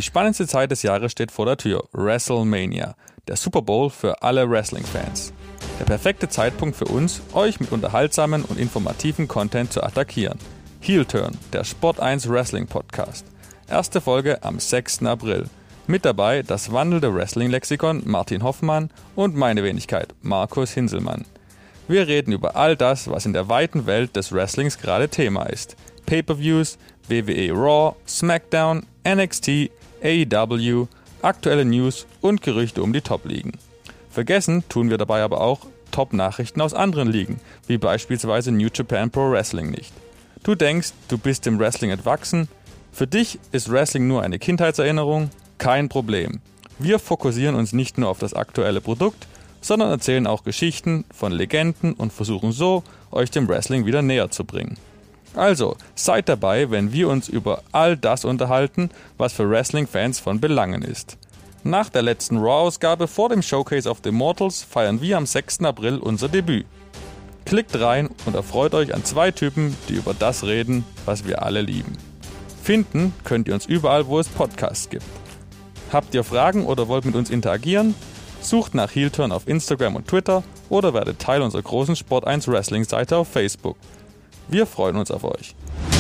spannendste Zeit des Jahres steht vor der Tür, WrestleMania, der Super Bowl für alle Wrestling-Fans. Der perfekte Zeitpunkt für uns, euch mit unterhaltsamen und informativen Content zu attackieren. Heel Turn, der Sport 1 Wrestling Podcast. Erste Folge am 6. April. Mit dabei das wandelnde Wrestling-Lexikon Martin Hoffmann und meine Wenigkeit, Markus Hinselmann. Wir reden über all das, was in der weiten Welt des Wrestlings gerade Thema ist. Pay-Per-Views, WWE Raw, SmackDown, NXT, AEW, aktuelle News und Gerüchte um die Top-Ligen. Vergessen tun wir dabei aber auch Top-Nachrichten aus anderen Ligen, wie beispielsweise New Japan Pro Wrestling nicht. Du denkst, du bist dem Wrestling entwachsen? Für dich ist Wrestling nur eine Kindheitserinnerung? Kein Problem. Wir fokussieren uns nicht nur auf das aktuelle Produkt, sondern erzählen auch Geschichten von Legenden und versuchen so, euch dem Wrestling wieder näher zu bringen. Also, seid dabei, wenn wir uns über all das unterhalten, was für Wrestling-Fans von Belangen ist. Nach der letzten Raw-Ausgabe vor dem Showcase of the Immortals feiern wir am 6. April unser Debüt. Klickt rein und erfreut euch an 2 Typen, die über das reden, was wir alle lieben. Finden könnt ihr uns überall, wo es Podcasts gibt. Habt ihr Fragen oder wollt mit uns interagieren? Sucht nach Heel Turn auf Instagram und Twitter oder werdet Teil unserer großen Sport 1 Wrestling Seite auf Facebook. Wir freuen uns auf euch.